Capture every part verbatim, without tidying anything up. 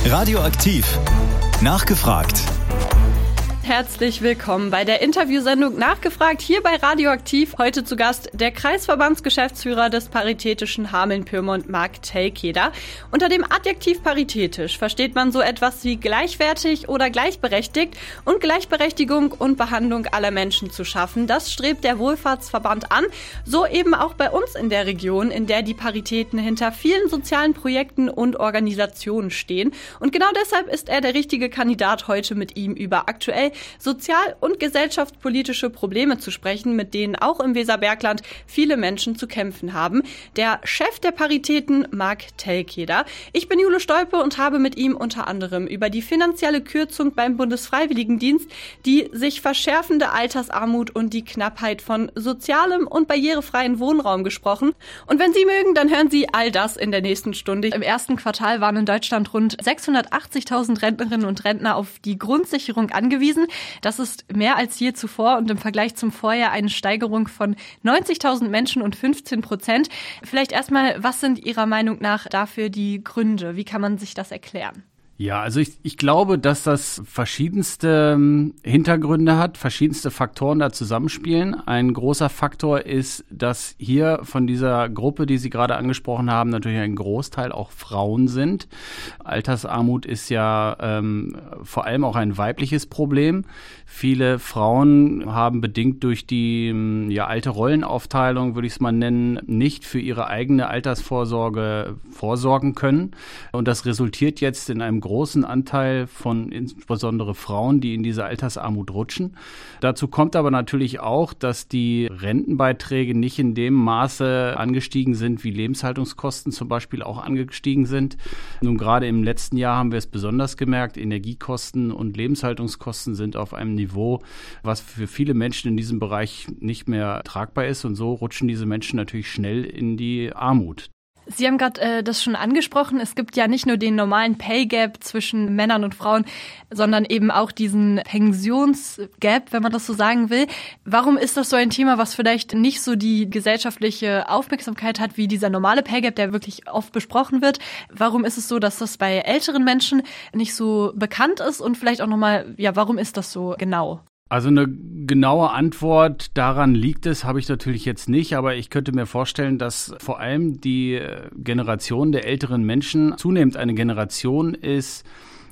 Radioaktiv. Nachgefragt. Herzlich willkommen bei der Interviewsendung Nachgefragt hier bei Radioaktiv. Heute zu Gast der Kreisverbandsgeschäftsführer des Paritätischen Hameln-Pyrmont, Marc Telkeder. Unter dem Adjektiv paritätisch versteht man so etwas wie gleichwertig oder gleichberechtigt und Gleichberechtigung und Behandlung aller Menschen zu schaffen. Das strebt der Wohlfahrtsverband an, so eben auch bei uns in der Region, in der die Paritäten hinter vielen sozialen Projekten und Organisationen stehen. Und genau deshalb ist er der richtige Kandidat, heute mit ihm über aktuell sozial- und gesellschaftspolitische Probleme zu sprechen, mit denen auch im Weserbergland viele Menschen zu kämpfen haben. Der Chef der Paritäten, Marc Telkeder. Ich bin Jule Stolpe und habe mit ihm unter anderem über die finanzielle Kürzung beim Bundesfreiwilligendienst, die sich verschärfende Altersarmut und die Knappheit von sozialem und barrierefreien Wohnraum gesprochen. Und wenn Sie mögen, dann hören Sie all das in der nächsten Stunde. Im ersten Quartal waren in Deutschland rund sechshundertachtzigtausend Rentnerinnen und Rentner auf die Grundsicherung angewiesen. Das ist mehr als je zuvor und im Vergleich zum Vorjahr eine Steigerung von neunzigtausend Menschen und fünfzehn Prozent. Vielleicht erstmal, was sind Ihrer Meinung nach dafür die Gründe? Wie kann man sich das erklären? Ja, also ich, ich glaube, dass das verschiedenste Hintergründe hat, verschiedenste Faktoren da zusammenspielen. Ein großer Faktor ist, dass hier von dieser Gruppe, die Sie gerade angesprochen haben, natürlich ein Großteil auch Frauen sind. Altersarmut ist ja ähm, vor allem auch ein weibliches Problem. Viele Frauen haben bedingt durch die ja, alte Rollenaufteilung, würde ich es mal nennen, nicht für ihre eigene Altersvorsorge vorsorgen können. Und das resultiert jetzt in einem großen Anteil von insbesondere Frauen, die in diese Altersarmut rutschen. Dazu kommt aber natürlich auch, dass die Rentenbeiträge nicht in dem Maße angestiegen sind, wie Lebenshaltungskosten zum Beispiel auch angestiegen sind. Nun gerade im letzten Jahr haben wir es besonders gemerkt, Energiekosten und Lebenshaltungskosten sind auf einem Niveau, was für viele Menschen in diesem Bereich nicht mehr tragbar ist. Und so rutschen diese Menschen natürlich schnell in die Armut. Sie haben gerade äh, das schon angesprochen. Es gibt ja nicht nur den normalen Pay Gap zwischen Männern und Frauen, sondern eben auch diesen Pensionsgap, wenn man das so sagen will. Warum ist das so ein Thema, was vielleicht nicht so die gesellschaftliche Aufmerksamkeit hat wie dieser normale Pay Gap, der wirklich oft besprochen wird? Warum ist es so, dass das bei älteren Menschen nicht so bekannt ist? Und vielleicht auch nochmal, ja, warum ist das so genau? Also eine genaue Antwort, daran liegt es, habe ich natürlich jetzt nicht, aber ich könnte mir vorstellen, dass vor allem die Generation der älteren Menschen zunehmend eine Generation ist,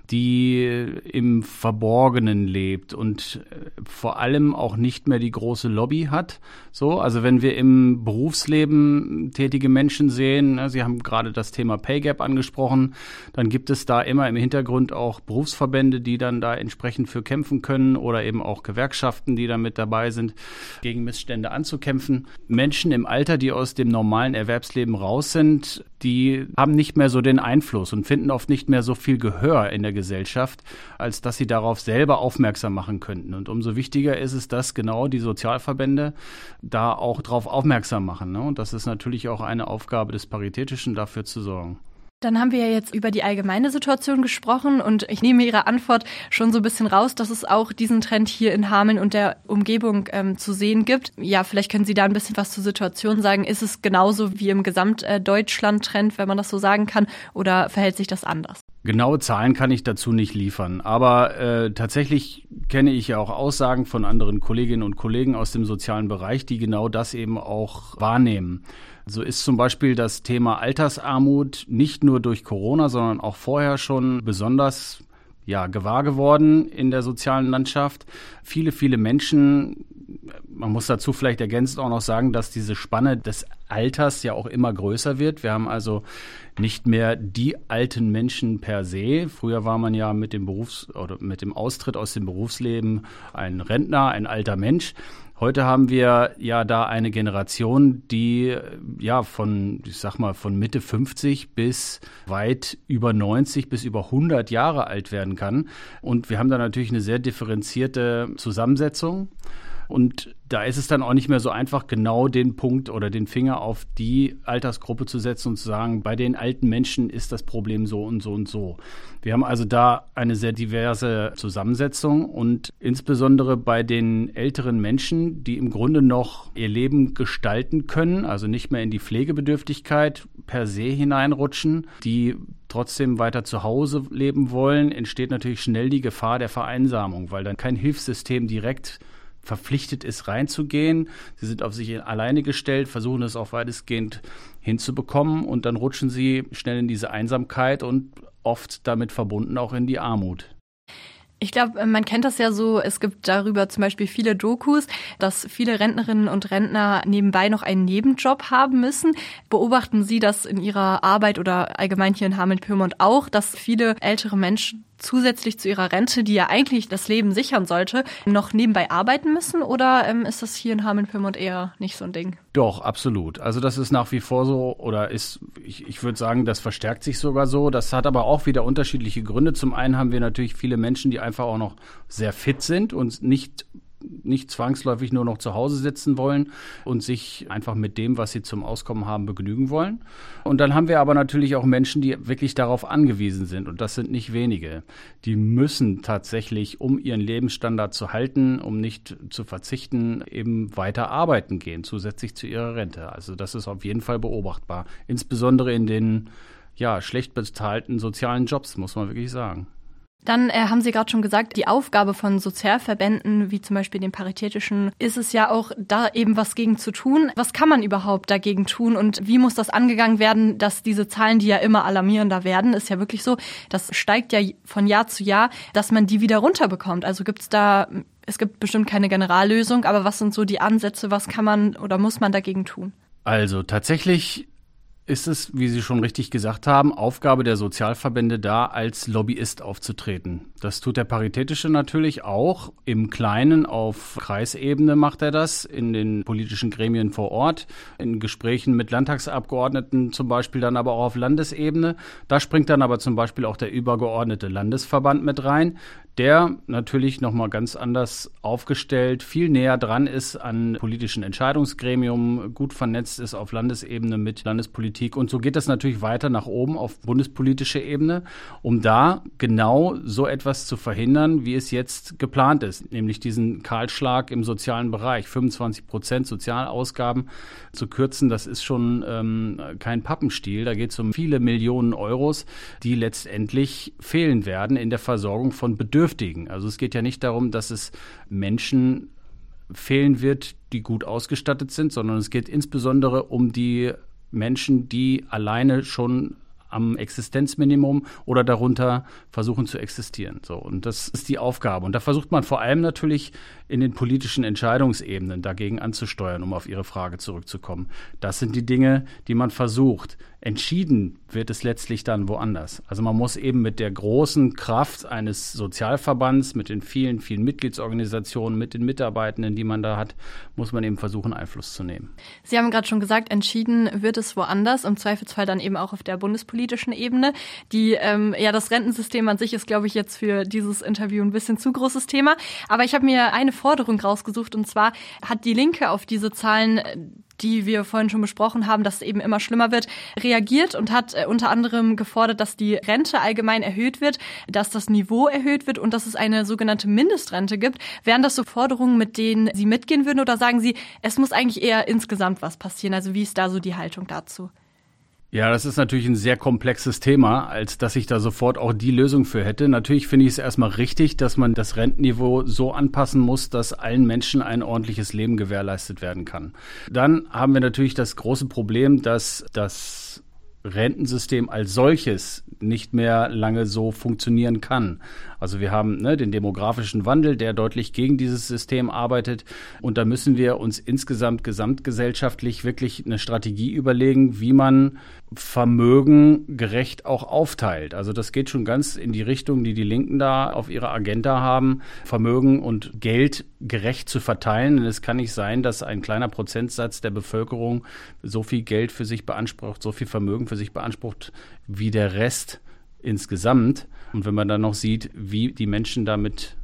die im Verborgenen lebt und vor allem auch nicht mehr die große Lobby hat. So, also wenn wir im Berufsleben tätige Menschen sehen, Sie haben gerade das Thema Pay Gap angesprochen, dann gibt es da immer im Hintergrund auch Berufsverbände, die dann da entsprechend für kämpfen können oder eben auch Gewerkschaften, die da mit dabei sind, gegen Missstände anzukämpfen. Menschen im Alter, die aus dem normalen Erwerbsleben raus sind, die haben nicht mehr so den Einfluss und finden oft nicht mehr so viel Gehör in der Gesellschaft, als dass sie darauf selber aufmerksam machen könnten. Und umso wichtiger ist es, dass genau die Sozialverbände da auch drauf aufmerksam machen. Ne? Und das ist natürlich auch eine Aufgabe des Paritätischen, dafür zu sorgen. Dann haben wir ja jetzt über die allgemeine Situation gesprochen und ich nehme Ihre Antwort schon so ein bisschen raus, dass es auch diesen Trend hier in Hameln und der Umgebung ähm, zu sehen gibt. Ja, vielleicht können Sie da ein bisschen was zur Situation sagen. Ist es genauso wie im Gesamtdeutschland-Trend, wenn man das so sagen kann, oder verhält sich das anders? Genaue Zahlen kann ich dazu nicht liefern, aber äh, tatsächlich kenne ich ja auch Aussagen von anderen Kolleginnen und Kollegen aus dem sozialen Bereich, die genau das eben auch wahrnehmen. So ist zum Beispiel das Thema Altersarmut nicht nur durch Corona, sondern auch vorher schon besonders ja, gewahr geworden in der sozialen Landschaft. Viele, viele Menschen, man muss dazu vielleicht ergänzend auch noch sagen, dass diese Spanne des Alters ja auch immer größer wird. Wir haben also nicht mehr die alten Menschen per se. Früher war man ja mit dem Berufs- oder mit dem Austritt aus dem Berufsleben ein Rentner, ein alter Mensch. Heute haben wir ja da eine Generation, die ja von, ich sag mal, von Mitte fünfzig bis weit über neunzig bis über hundert Jahre alt werden kann. Und wir haben da natürlich eine sehr differenzierte Zusammensetzung. Und da ist es dann auch nicht mehr so einfach, genau den Punkt oder den Finger auf die Altersgruppe zu setzen und zu sagen, bei den alten Menschen ist das Problem so und so und so. Wir haben also da eine sehr diverse Zusammensetzung und insbesondere bei den älteren Menschen, die im Grunde noch ihr Leben gestalten können, also nicht mehr in die Pflegebedürftigkeit per se hineinrutschen, die trotzdem weiter zu Hause leben wollen, entsteht natürlich schnell die Gefahr der Vereinsamung, weil dann kein Hilfssystem direkt verpflichtet ist, reinzugehen. Sie sind auf sich alleine gestellt, versuchen es auch weitestgehend hinzubekommen und dann rutschen sie schnell in diese Einsamkeit und oft damit verbunden auch in die Armut. Ich glaube, man kennt das ja so, es gibt darüber zum Beispiel viele Dokus, dass viele Rentnerinnen und Rentner nebenbei noch einen Nebenjob haben müssen. Beobachten Sie das in Ihrer Arbeit oder allgemein hier in Hameln-Pyrmont auch, dass viele ältere Menschen zusätzlich zu ihrer Rente, die ja eigentlich das Leben sichern sollte, noch nebenbei arbeiten müssen? Oder ähm, ist das hier in Hameln-Pyrmont eher nicht so ein Ding? Doch, absolut. Also das ist nach wie vor so oder ist, ich, ich würde sagen, das verstärkt sich sogar so. Das hat aber auch wieder unterschiedliche Gründe. Zum einen haben wir natürlich viele Menschen, die einfach auch noch sehr fit sind und nicht nicht zwangsläufig nur noch zu Hause sitzen wollen und sich einfach mit dem, was sie zum Auskommen haben, begnügen wollen. Und dann haben wir aber natürlich auch Menschen, die wirklich darauf angewiesen sind. Und das sind nicht wenige. Die müssen tatsächlich, um ihren Lebensstandard zu halten, um nicht zu verzichten, eben weiter arbeiten gehen, zusätzlich zu ihrer Rente. Also das ist auf jeden Fall beobachtbar. Insbesondere in den ja, schlecht bezahlten sozialen Jobs, muss man wirklich sagen. Dann äh, haben Sie gerade schon gesagt, die Aufgabe von Sozialverbänden, wie zum Beispiel den Paritätischen, ist es ja auch, da eben was gegen zu tun. Was kann man überhaupt dagegen tun und wie muss das angegangen werden, dass diese Zahlen, die ja immer alarmierender werden, ist ja wirklich so, das steigt ja von Jahr zu Jahr, dass man die wieder runterbekommt. Also gibt es da, es gibt bestimmt keine Generallösung, aber was sind so die Ansätze, was kann man oder muss man dagegen tun? Also tatsächlich ist es, wie Sie schon richtig gesagt haben, Aufgabe der Sozialverbände da, als Lobbyist aufzutreten. Das tut der Paritätische natürlich auch. Im Kleinen auf Kreisebene macht er das, in den politischen Gremien vor Ort, in Gesprächen mit Landtagsabgeordneten zum Beispiel, dann aber auch auf Landesebene. Da springt dann aber zum Beispiel auch der übergeordnete Landesverband mit rein, der natürlich nochmal ganz anders aufgestellt, viel näher dran ist an politischen Entscheidungsgremium, gut vernetzt ist auf Landesebene mit Landespolitik. Und so geht das natürlich weiter nach oben auf bundespolitische Ebene, um da genau so etwas zu verhindern, wie es jetzt geplant ist, nämlich diesen Kahlschlag im sozialen Bereich, fünfundzwanzig Prozent Sozialausgaben zu kürzen. Das ist schon ähm, kein Pappenstiel. Da geht es um viele Millionen Euros, die letztendlich fehlen werden in der Versorgung von Bedürftigen. Also es geht ja nicht darum, dass es Menschen fehlen wird, die gut ausgestattet sind, sondern es geht insbesondere um die Menschen, die alleine schon am Existenzminimum oder darunter versuchen zu existieren. So, und das ist die Aufgabe. Und da versucht man vor allem natürlich in den politischen Entscheidungsebenen dagegen anzusteuern, um auf Ihre Frage zurückzukommen. Das sind die Dinge, die man versucht. Entschieden wird es letztlich dann woanders. Also man muss eben mit der großen Kraft eines Sozialverbands, mit den vielen, vielen Mitgliedsorganisationen, mit den Mitarbeitenden, die man da hat, muss man eben versuchen, Einfluss zu nehmen. Sie haben gerade schon gesagt, entschieden wird es woanders, im Zweifelsfall dann eben auch auf der bundespolitischen Ebene. Die, ähm, ja, das Rentensystem an sich ist, glaube ich, jetzt für dieses Interview ein bisschen zu großes Thema. Aber ich habe mir eine Forderung rausgesucht, und zwar hat die Linke auf diese Zahlen, die wir vorhin schon besprochen haben, dass es eben immer schlimmer wird, reagiert und hat äh, unter anderem gefordert, dass die Rente allgemein erhöht wird, dass das Niveau erhöht wird und dass es eine sogenannte Mindestrente gibt. Wären das so Forderungen, mit denen Sie mitgehen würden, oder sagen Sie, es muss eigentlich eher insgesamt was passieren? Also wie ist da so die Haltung dazu? Ja, das ist natürlich ein sehr komplexes Thema, als dass ich da sofort auch die Lösung für hätte. Natürlich finde ich es erstmal richtig, dass man das Rentenniveau so anpassen muss, dass allen Menschen ein ordentliches Leben gewährleistet werden kann. Dann haben wir natürlich das große Problem, dass das Rentensystem als solches nicht mehr lange so funktionieren kann. Also wir haben ne, den demografischen Wandel, der deutlich gegen dieses System arbeitet. Und da müssen wir uns insgesamt gesamtgesellschaftlich wirklich eine Strategie überlegen, wie man Vermögen gerecht auch aufteilt. Also das geht schon ganz in die Richtung, die die Linken da auf ihrer Agenda haben, Vermögen und Geld gerecht zu verteilen. Denn es kann nicht sein, dass ein kleiner Prozentsatz der Bevölkerung so viel Geld für sich beansprucht, so viel Vermögen für sich beansprucht, wie der Rest insgesamt. Und wenn man dann noch sieht, wie die Menschen damit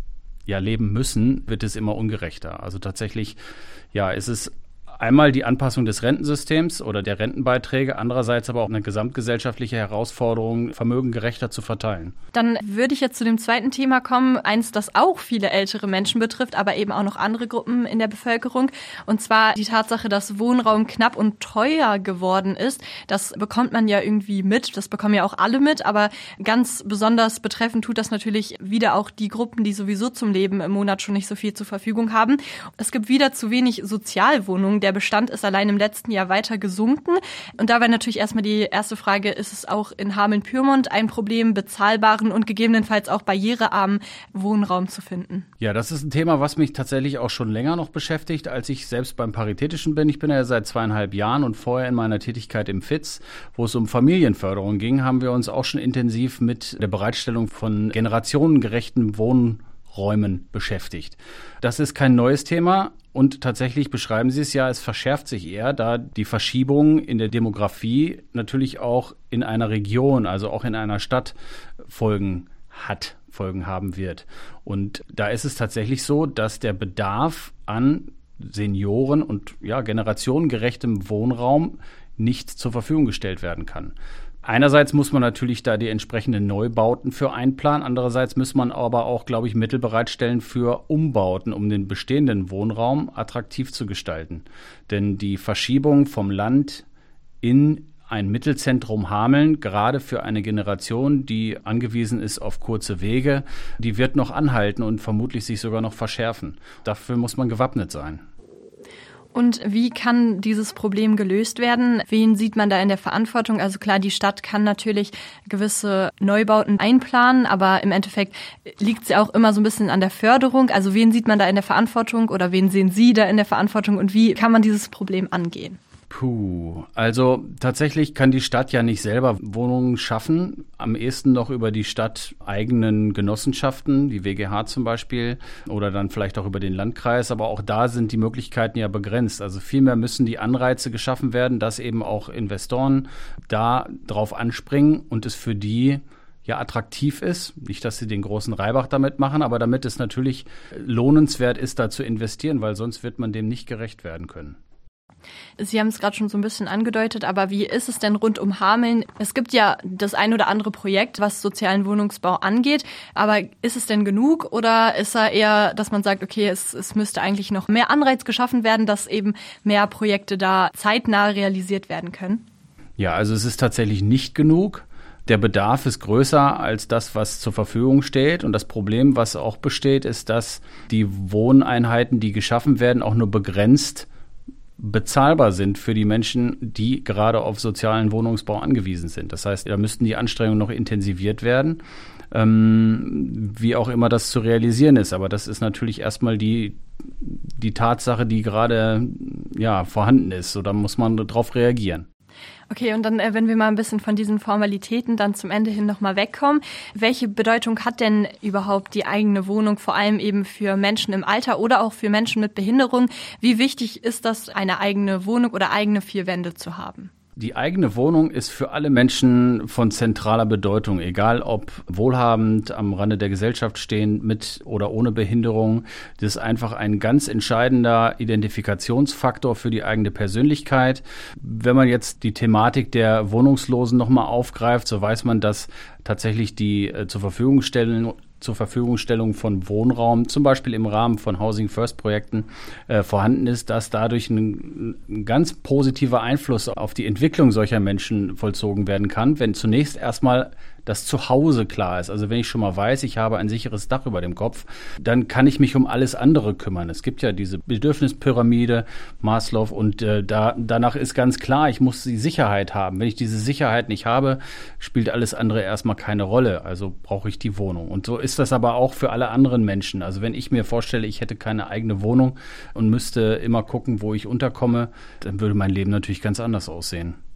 ja leben müssen, wird es immer ungerechter. Also tatsächlich, ja, ist es einmal die Anpassung des Rentensystems oder der Rentenbeiträge, andererseits aber auch eine gesamtgesellschaftliche Herausforderung, Vermögen gerechter zu verteilen. Dann würde ich jetzt zu dem zweiten Thema kommen, eins, das auch viele ältere Menschen betrifft, aber eben auch noch andere Gruppen in der Bevölkerung. Und zwar die Tatsache, dass Wohnraum knapp und teuer geworden ist. Das bekommt man ja irgendwie mit, das bekommen ja auch alle mit, aber ganz besonders betreffend tut das natürlich wieder auch die Gruppen, die sowieso zum Leben im Monat schon nicht so viel zur Verfügung haben. Es gibt wieder zu wenig Sozialwohnungen. Der Bestand ist allein im letzten Jahr weiter gesunken. Und da wäre natürlich erstmal die erste Frage, ist es auch in Hameln-Pyrmont ein Problem, bezahlbaren und gegebenenfalls auch barrierearmen Wohnraum zu finden? Ja, das ist ein Thema, was mich tatsächlich auch schon länger noch beschäftigt, als ich selbst beim Paritätischen bin. Ich bin ja seit zweieinhalb Jahren und vorher in meiner Tätigkeit im F I Z, wo es um Familienförderung ging, haben wir uns auch schon intensiv mit der Bereitstellung von generationengerechten Wohnräumen beschäftigt. Das ist kein neues Thema. Und tatsächlich beschreiben Sie es ja, es verschärft sich eher, da die Verschiebung in der Demografie natürlich auch in einer Region, also auch in einer Stadt Folgen hat, Folgen haben wird. Und da ist es tatsächlich so, dass der Bedarf an Senioren und ja, generationengerechtem Wohnraum nicht zur Verfügung gestellt werden kann. Einerseits muss man natürlich da die entsprechenden Neubauten für einplanen, andererseits muss man aber auch, glaube ich, Mittel bereitstellen für Umbauten, um den bestehenden Wohnraum attraktiv zu gestalten. Denn die Verschiebung vom Land in ein Mittelzentrum Hameln, gerade für eine Generation, die angewiesen ist auf kurze Wege, die wird noch anhalten und vermutlich sich sogar noch verschärfen. Dafür muss man gewappnet sein. Und wie kann dieses Problem gelöst werden? Wen sieht man da in der Verantwortung? Also klar, die Stadt kann natürlich gewisse Neubauten einplanen, aber im Endeffekt liegt es ja auch immer so ein bisschen an der Förderung. Also wen sieht man da in der Verantwortung oder wen sehen Sie da in der Verantwortung und wie kann man dieses Problem angehen? Puh, also tatsächlich kann die Stadt ja nicht selber Wohnungen schaffen. Am ehesten noch über die stadteigenen Genossenschaften, die W G H zum Beispiel, oder dann vielleicht auch über den Landkreis. Aber auch da sind die Möglichkeiten ja begrenzt. Also vielmehr müssen die Anreize geschaffen werden, dass eben auch Investoren da drauf anspringen und es für die ja attraktiv ist. Nicht, dass sie den großen Reibach damit machen, aber damit es natürlich lohnenswert ist, da zu investieren, weil sonst wird man dem nicht gerecht werden können. Sie haben es gerade schon so ein bisschen angedeutet, aber wie ist es denn rund um Hameln? Es gibt ja das ein oder andere Projekt, was sozialen Wohnungsbau angeht, aber ist es denn genug oder ist da eher, dass man sagt, okay, es, es müsste eigentlich noch mehr Anreiz geschaffen werden, dass eben mehr Projekte da zeitnah realisiert werden können? Ja, also es ist tatsächlich nicht genug. Der Bedarf ist größer als das, was zur Verfügung steht. Und das Problem, was auch besteht, ist, dass die Wohneinheiten, die geschaffen werden, auch nur begrenzt bezahlbar sind für die Menschen, die gerade auf sozialen Wohnungsbau angewiesen sind. Das heißt, da müssten die Anstrengungen noch intensiviert werden, ähm, wie auch immer das zu realisieren ist. Aber das ist natürlich erstmal die, die Tatsache, die gerade ja, vorhanden ist. So, da muss man drauf reagieren. Okay, und dann, wenn wir mal ein bisschen von diesen Formalitäten dann zum Ende hin nochmal wegkommen. Welche Bedeutung hat denn überhaupt die eigene Wohnung, vor allem eben für Menschen im Alter oder auch für Menschen mit Behinderung? Wie wichtig ist das, eine eigene Wohnung oder eigene vier Wände zu haben? Die eigene Wohnung ist für alle Menschen von zentraler Bedeutung, egal ob wohlhabend, am Rande der Gesellschaft stehend, mit oder ohne Behinderung. Das ist einfach ein ganz entscheidender Identifikationsfaktor für die eigene Persönlichkeit. Wenn man jetzt die Thematik der Wohnungslosen nochmal aufgreift, so weiß man, dass tatsächlich die äh, zur Verfügung stellen zur Verfügungstellung von Wohnraum, zum Beispiel im Rahmen von Housing First Projekten, äh, vorhanden ist, dass dadurch ein, ein ganz positiver Einfluss auf die Entwicklung solcher Menschen vollzogen werden kann, wenn zunächst erstmal das Zuhause klar ist. Also wenn ich schon mal weiß, ich habe ein sicheres Dach über dem Kopf, dann kann ich mich um alles andere kümmern. Es gibt ja diese Bedürfnispyramide, Maslow, und äh, da, danach ist ganz klar, ich muss die Sicherheit haben. Wenn ich diese Sicherheit nicht habe, spielt alles andere erstmal keine Rolle. Also brauche ich die Wohnung. Und so ist das aber auch für alle anderen Menschen. Also wenn ich mir vorstelle, ich hätte keine eigene Wohnung und müsste immer gucken, wo ich unterkomme, dann würde mein Leben natürlich ganz anders aussehen.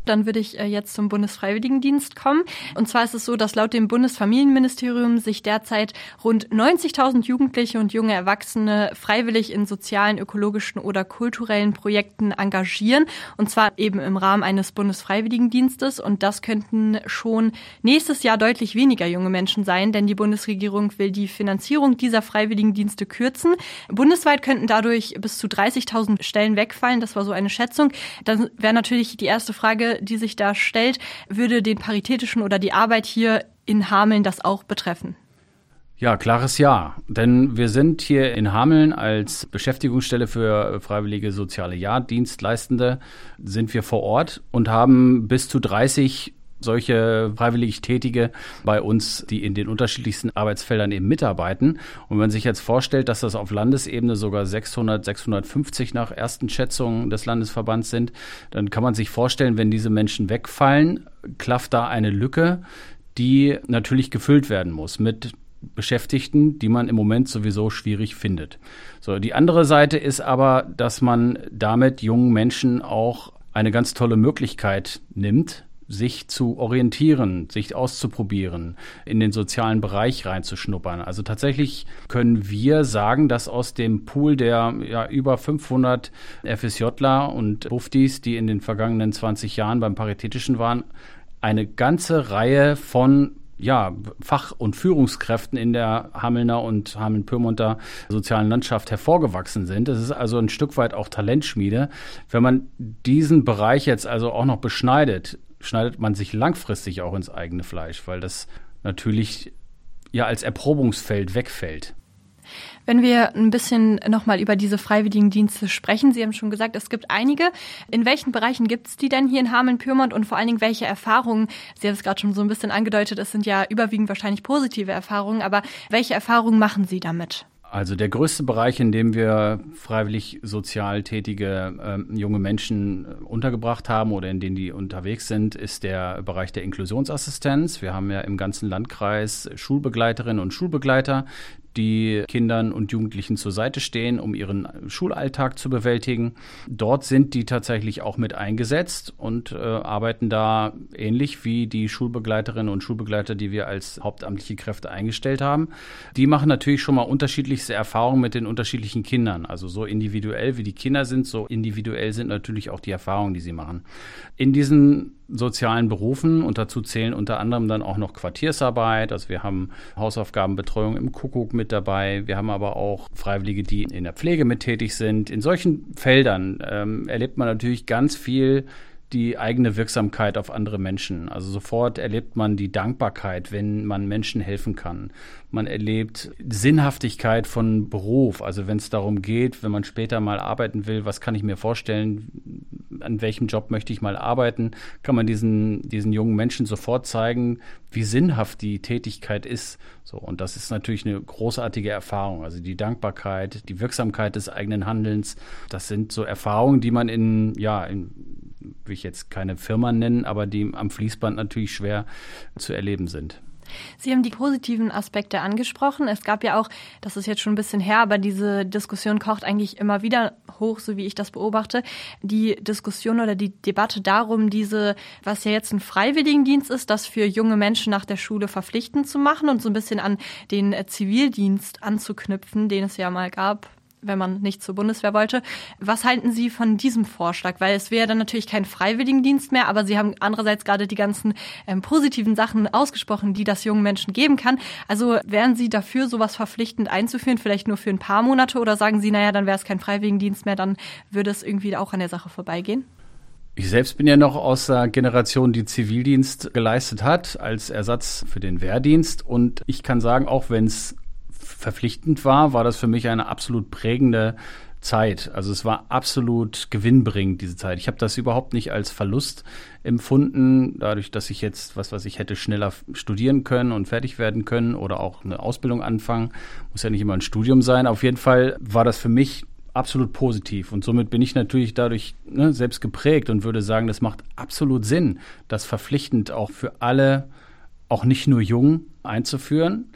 Dann würde ich jetzt zum Bundesfreiwilligendienst kommen. Und zwar ist es so, dass laut dem Bundesfamilienministerium sich derzeit rund neunzigtausend Jugendliche und junge Erwachsene freiwillig in sozialen, ökologischen oder kulturellen Projekten engagieren. Und zwar eben im Rahmen eines Bundesfreiwilligendienstes. Und das könnten schon nächstes Jahr deutlich weniger junge Menschen sein, denn die Bundesregierung will die Finanzierung dieser Freiwilligendienste kürzen. Bundesweit könnten dadurch bis zu dreißigtausend Stellen wegfallen. Das war so eine Schätzung. Dann wäre natürlich die erste Frage, die sich da stellt, würde den Paritätischen oder die Arbeit hier in Hameln das auch betreffen? Ja, klares Ja. Denn wir sind hier in Hameln als Beschäftigungsstelle für freiwillige soziale Jahrdienstleistende sind wir vor Ort und haben bis zu dreißig solche freiwillig Tätige bei uns, die in den unterschiedlichsten Arbeitsfeldern eben mitarbeiten. Und wenn man sich jetzt vorstellt, dass das auf Landesebene sogar sechshundert, sechshundertfünfzig nach ersten Schätzungen des Landesverbands sind, dann kann man sich vorstellen, wenn diese Menschen wegfallen, klafft da eine Lücke, die natürlich gefüllt werden muss mit Beschäftigten, die man im Moment sowieso schwierig findet. So, die andere Seite ist aber, dass man damit jungen Menschen auch eine ganz tolle Möglichkeit nimmt, sich zu orientieren, sich auszuprobieren, in den sozialen Bereich reinzuschnuppern. Also tatsächlich können wir sagen, dass aus dem Pool der ja, über fünfhundert FSJler und Buftis, die in den vergangenen zwanzig Jahren beim Paritätischen waren, eine ganze Reihe von ja, Fach- und Führungskräften in der Hamelner und Hameln-Pyrmonter sozialen Landschaft hervorgewachsen sind. Das ist also ein Stück weit auch Talentschmiede. Wenn man diesen Bereich jetzt also auch noch beschneidet, schneidet man sich langfristig auch ins eigene Fleisch, weil das natürlich ja als Erprobungsfeld wegfällt. Wenn wir ein bisschen nochmal über diese Freiwilligendienste sprechen, Sie haben schon gesagt, es gibt einige. In welchen Bereichen gibt es die denn hier in Hameln-Pyrmont und vor allen Dingen welche Erfahrungen? Sie haben es gerade schon so ein bisschen angedeutet, es sind ja überwiegend wahrscheinlich positive Erfahrungen, aber welche Erfahrungen machen Sie damit? Also der größte Bereich, in dem wir freiwillig sozial tätige äh, junge Menschen untergebracht haben oder in denen die unterwegs sind, ist der Bereich der Inklusionsassistenz. Wir haben ja im ganzen Landkreis Schulbegleiterinnen und Schulbegleiter, die Kindern und Jugendlichen zur Seite stehen, um ihren Schulalltag zu bewältigen. Dort sind die tatsächlich auch mit eingesetzt und äh, arbeiten da ähnlich wie die Schulbegleiterinnen und Schulbegleiter, die wir als hauptamtliche Kräfte eingestellt haben. Die machen natürlich schon mal unterschiedlichste Erfahrungen mit den unterschiedlichen Kindern. Also so individuell wie die Kinder sind, so individuell sind natürlich auch die Erfahrungen, die sie machen. In diesen sozialen Berufen und dazu zählen unter anderem dann auch noch Quartiersarbeit. Also wir haben Hausaufgabenbetreuung im Kuckuck mit dabei. Wir haben aber auch Freiwillige, die in der Pflege mit tätig sind. In solchen Feldern ähm, erlebt man natürlich ganz viel die eigene Wirksamkeit auf andere Menschen. Also sofort erlebt man die Dankbarkeit, wenn man Menschen helfen kann. Man erlebt Sinnhaftigkeit von Beruf. Also wenn es darum geht, wenn man später mal arbeiten will, was kann ich mir vorstellen, an welchem Job möchte ich mal arbeiten, kann man diesen, diesen jungen Menschen sofort zeigen, wie sinnhaft die Tätigkeit ist. So, und das ist natürlich eine großartige Erfahrung. Also die Dankbarkeit, die Wirksamkeit des eigenen Handelns, das sind so Erfahrungen, die man in, ja, in, will ich jetzt keine Firma nennen, aber die am Fließband natürlich schwer zu erleben sind. Sie haben die positiven Aspekte angesprochen. Es gab ja auch, das ist jetzt schon ein bisschen her, aber diese Diskussion kocht eigentlich immer wieder hoch, so wie ich das beobachte, die Diskussion oder die Debatte darum, diese, was ja jetzt ein Freiwilligendienst ist, das für junge Menschen nach der Schule verpflichtend zu machen und so ein bisschen an den Zivildienst anzuknüpfen, den es ja mal gab, wenn man nicht zur Bundeswehr wollte. Was halten Sie von diesem Vorschlag? Weil es wäre dann natürlich kein Freiwilligendienst mehr, aber Sie haben andererseits gerade die ganzen ähm, positiven Sachen ausgesprochen, die das jungen Menschen geben kann. Also wären Sie dafür, sowas verpflichtend einzuführen, vielleicht nur für ein paar Monate, oder sagen Sie, naja, dann wäre es kein Freiwilligendienst mehr, dann würde es irgendwie auch an der Sache vorbeigehen? Ich selbst bin ja noch aus der Generation, die Zivildienst geleistet hat, als Ersatz für den Wehrdienst. Und ich kann sagen, auch wenn es verpflichtend war, war das für mich eine absolut prägende Zeit. Also es war absolut gewinnbringend, diese Zeit. Ich habe das überhaupt nicht als Verlust empfunden, dadurch, dass ich jetzt, was weiß ich, hätte schneller studieren können und fertig werden können oder auch eine Ausbildung anfangen. Muss ja nicht immer ein Studium sein. Auf jeden Fall war das für mich absolut positiv. Und somit bin ich natürlich dadurch ne, selbst geprägt und würde sagen, das macht absolut Sinn, das verpflichtend auch für alle, auch nicht nur jung, einzuführen.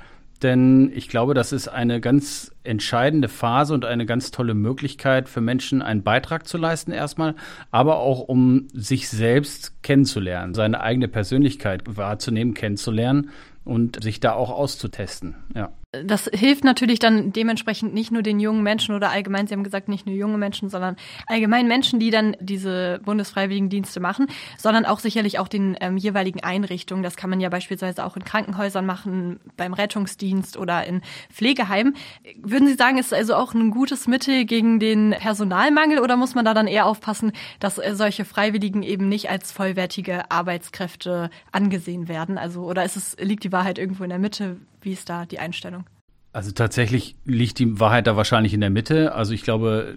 Denn ich glaube, das ist eine ganz entscheidende Phase und eine ganz tolle Möglichkeit für Menschen, einen Beitrag zu leisten erstmal, aber auch um sich selbst kennenzulernen, seine eigene Persönlichkeit wahrzunehmen, kennenzulernen und sich da auch auszutesten, ja. Das hilft natürlich dann dementsprechend nicht nur den jungen Menschen oder allgemein, Sie haben gesagt, nicht nur junge Menschen, sondern allgemein Menschen, die dann diese Bundesfreiwilligendienste machen, sondern auch sicherlich auch den ähm, jeweiligen Einrichtungen. Das kann man ja beispielsweise auch in Krankenhäusern machen, beim Rettungsdienst oder in Pflegeheimen. Würden Sie sagen, ist also auch ein gutes Mittel gegen den Personalmangel oder muss man da dann eher aufpassen, dass äh, solche Freiwilligen eben nicht als vollwertige Arbeitskräfte angesehen werden? Also, oder ist es, liegt die Wahrheit irgendwo in der Mitte? Wie ist da die Einstellung? Also tatsächlich liegt die Wahrheit da wahrscheinlich in der Mitte. Also ich glaube,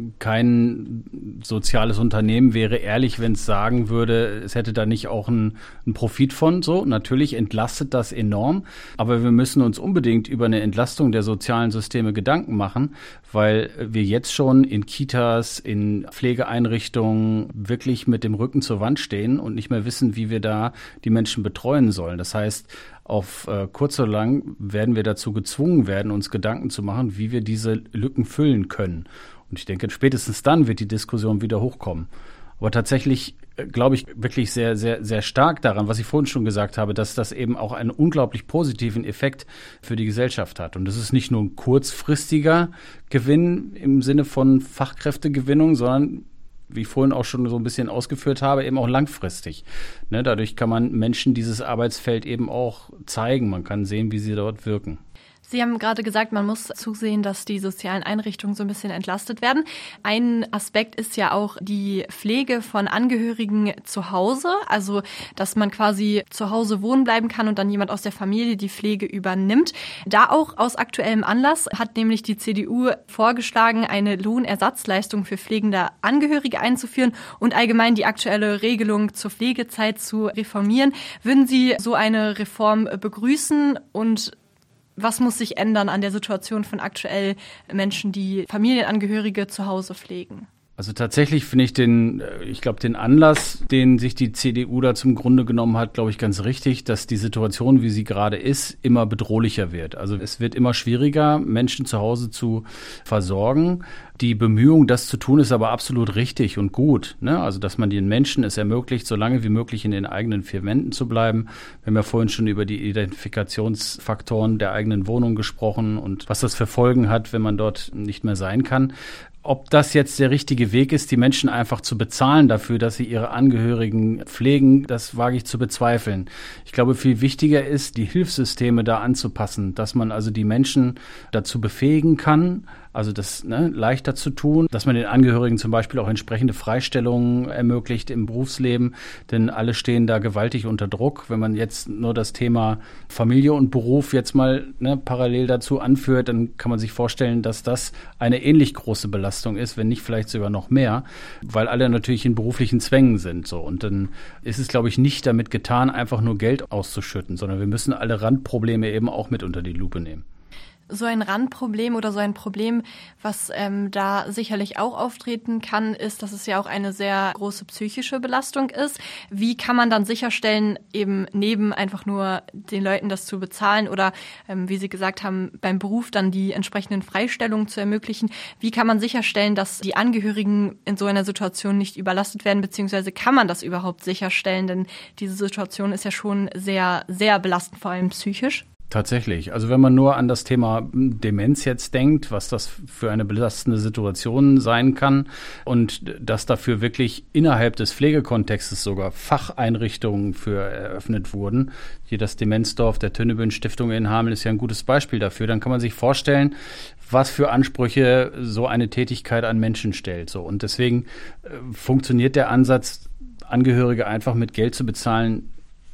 kein soziales Unternehmen wäre ehrlich, wenn es sagen würde, es hätte da nicht auch einen, einen Profit von. So, natürlich entlastet das enorm, aber wir müssen uns unbedingt über eine Entlastung der sozialen Systeme Gedanken machen, weil wir jetzt schon in Kitas, in Pflegeeinrichtungen wirklich mit dem Rücken zur Wand stehen und nicht mehr wissen, wie wir da die Menschen betreuen sollen. Das heißt, auf äh, kurz oder lang werden wir dazu gezwungen werden, uns Gedanken zu machen, wie wir diese Lücken füllen können. Und ich denke, spätestens dann wird die Diskussion wieder hochkommen. Aber tatsächlich äh, glaube ich wirklich sehr, sehr, sehr stark daran, was ich vorhin schon gesagt habe, dass das eben auch einen unglaublich positiven Effekt für die Gesellschaft hat. Und das ist nicht nur ein kurzfristiger Gewinn im Sinne von Fachkräftegewinnung, sondern wie ich vorhin auch schon so ein bisschen ausgeführt habe, eben auch langfristig. Ne, dadurch kann man Menschen dieses Arbeitsfeld eben auch zeigen. Man kann sehen, wie sie dort wirken. Sie haben gerade gesagt, man muss zusehen, dass die sozialen Einrichtungen so ein bisschen entlastet werden. Ein Aspekt ist ja auch die Pflege von Angehörigen zu Hause, also dass man quasi zu Hause wohnen bleiben kann und dann jemand aus der Familie die Pflege übernimmt. Da auch aus aktuellem Anlass hat nämlich die C D U vorgeschlagen, eine Lohnersatzleistung für pflegende Angehörige einzuführen und allgemein die aktuelle Regelung zur Pflegezeit zu reformieren. Würden Sie so eine Reform begrüßen und was muss sich ändern an der Situation von aktuell Menschen, die Familienangehörige zu Hause pflegen? Also tatsächlich finde ich den, ich glaube, den Anlass, den sich die C D U da zum Grunde genommen hat, glaube ich, ganz richtig, dass die Situation, wie sie gerade ist, immer bedrohlicher wird. Also es wird immer schwieriger, Menschen zu Hause zu versorgen. Die Bemühung, das zu tun, ist aber absolut richtig und gut, ne? Also, dass man den Menschen es ermöglicht, so lange wie möglich in den eigenen vier Wänden zu bleiben. Wir haben ja vorhin schon über die Identifikationsfaktoren der eigenen Wohnung gesprochen und was das für Folgen hat, wenn man dort nicht mehr sein kann. Ob das jetzt der richtige Weg ist, die Menschen einfach zu bezahlen dafür, dass sie ihre Angehörigen pflegen, das wage ich zu bezweifeln. Ich glaube, viel wichtiger ist, die Hilfssysteme da anzupassen, dass man also die Menschen dazu befähigen kann, also das ne, leichter zu tun, dass man den Angehörigen zum Beispiel auch entsprechende Freistellungen ermöglicht im Berufsleben, denn alle stehen da gewaltig unter Druck. Wenn man jetzt nur das Thema Familie und Beruf jetzt mal ne, parallel dazu anführt, dann kann man sich vorstellen, dass das eine ähnlich große Belastung ist, wenn nicht vielleicht sogar noch mehr, weil alle natürlich in beruflichen Zwängen sind. So. Und dann ist es, glaube ich, nicht damit getan, einfach nur Geld auszuschütten, sondern wir müssen alle Randprobleme eben auch mit unter die Lupe nehmen. So ein Randproblem oder so ein Problem, was ähm, da sicherlich auch auftreten kann, ist, dass es ja auch eine sehr große psychische Belastung ist. Wie kann man dann sicherstellen, eben neben einfach nur den Leuten das zu bezahlen oder, ähm, wie Sie gesagt haben, beim Beruf dann die entsprechenden Freistellungen zu ermöglichen, wie kann man sicherstellen, dass die Angehörigen in so einer Situation nicht überlastet werden, beziehungsweise kann man das überhaupt sicherstellen? Denn diese Situation ist ja schon sehr, sehr belastend, vor allem psychisch. Tatsächlich. Also wenn man nur an das Thema Demenz jetzt denkt, was das für eine belastende Situation sein kann und dass dafür wirklich innerhalb des Pflegekontextes sogar Facheinrichtungen für eröffnet wurden. Hier das Demenzdorf der Tünnebühn-Stiftung in Hameln ist ja ein gutes Beispiel dafür. Dann kann man sich vorstellen, was für Ansprüche so eine Tätigkeit an Menschen stellt. So. Und deswegen äh, funktioniert der Ansatz, Angehörige einfach mit Geld zu bezahlen,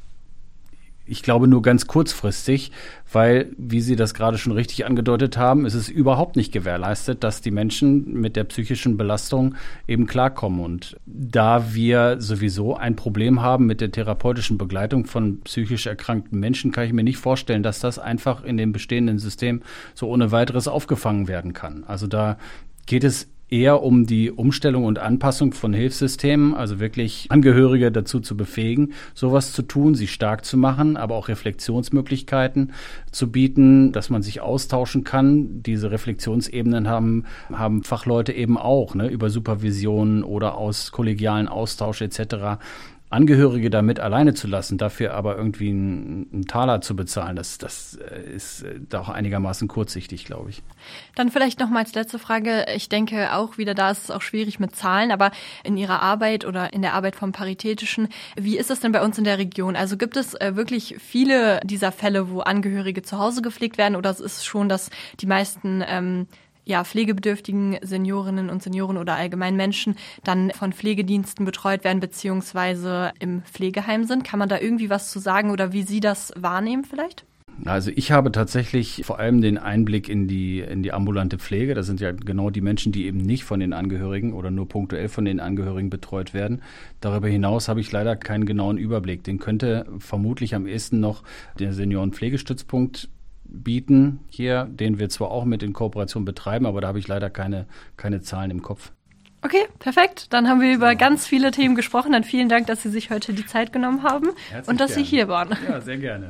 ich glaube nur ganz kurzfristig, weil, wie Sie das gerade schon richtig angedeutet haben, ist es überhaupt nicht gewährleistet, dass die Menschen mit der psychischen Belastung eben klarkommen. Und da wir sowieso ein Problem haben mit der therapeutischen Begleitung von psychisch erkrankten Menschen, kann ich mir nicht vorstellen, dass das einfach in dem bestehenden System so ohne weiteres aufgefangen werden kann. Also da geht es eher um die Umstellung und Anpassung von Hilfssystemen, also wirklich Angehörige dazu zu befähigen, sowas zu tun, sie stark zu machen, aber auch Reflexionsmöglichkeiten zu bieten, dass man sich austauschen kann. Diese Reflexionsebenen haben, haben Fachleute eben auch, ne, über Supervision oder aus kollegialen Austausch et cetera. Angehörige damit alleine zu lassen, dafür aber irgendwie einen, einen Taler zu bezahlen, das, das ist doch einigermaßen kurzsichtig, glaube ich. Dann vielleicht noch mal als letzte Frage. Ich denke auch wieder, da ist es auch schwierig mit Zahlen, aber in Ihrer Arbeit oder in der Arbeit vom Paritätischen, wie ist es denn bei uns in der Region? Also gibt es äh, wirklich viele dieser Fälle, wo Angehörige zu Hause gepflegt werden, oder es ist schon, dass die meisten ähm, ja, pflegebedürftigen Seniorinnen und Senioren oder allgemein Menschen dann von Pflegediensten betreut werden beziehungsweise im Pflegeheim sind? Kann man da irgendwie was zu sagen oder wie Sie das wahrnehmen vielleicht? Also ich habe tatsächlich vor allem den Einblick in die, in die ambulante Pflege. Das sind ja genau die Menschen, die eben nicht von den Angehörigen oder nur punktuell von den Angehörigen betreut werden. Darüber hinaus habe ich leider keinen genauen Überblick. Den könnte vermutlich am ehesten noch der Seniorenpflegestützpunkt bieten hier, den wir zwar auch mit in Kooperation betreiben, aber da habe ich leider keine, keine Zahlen im Kopf. Okay, perfekt. Dann haben wir über ganz viele Themen gesprochen. Dann vielen Dank, dass Sie sich heute die Zeit genommen haben. Herzlich und dass gerne. Sie hier waren. Ja, sehr gerne.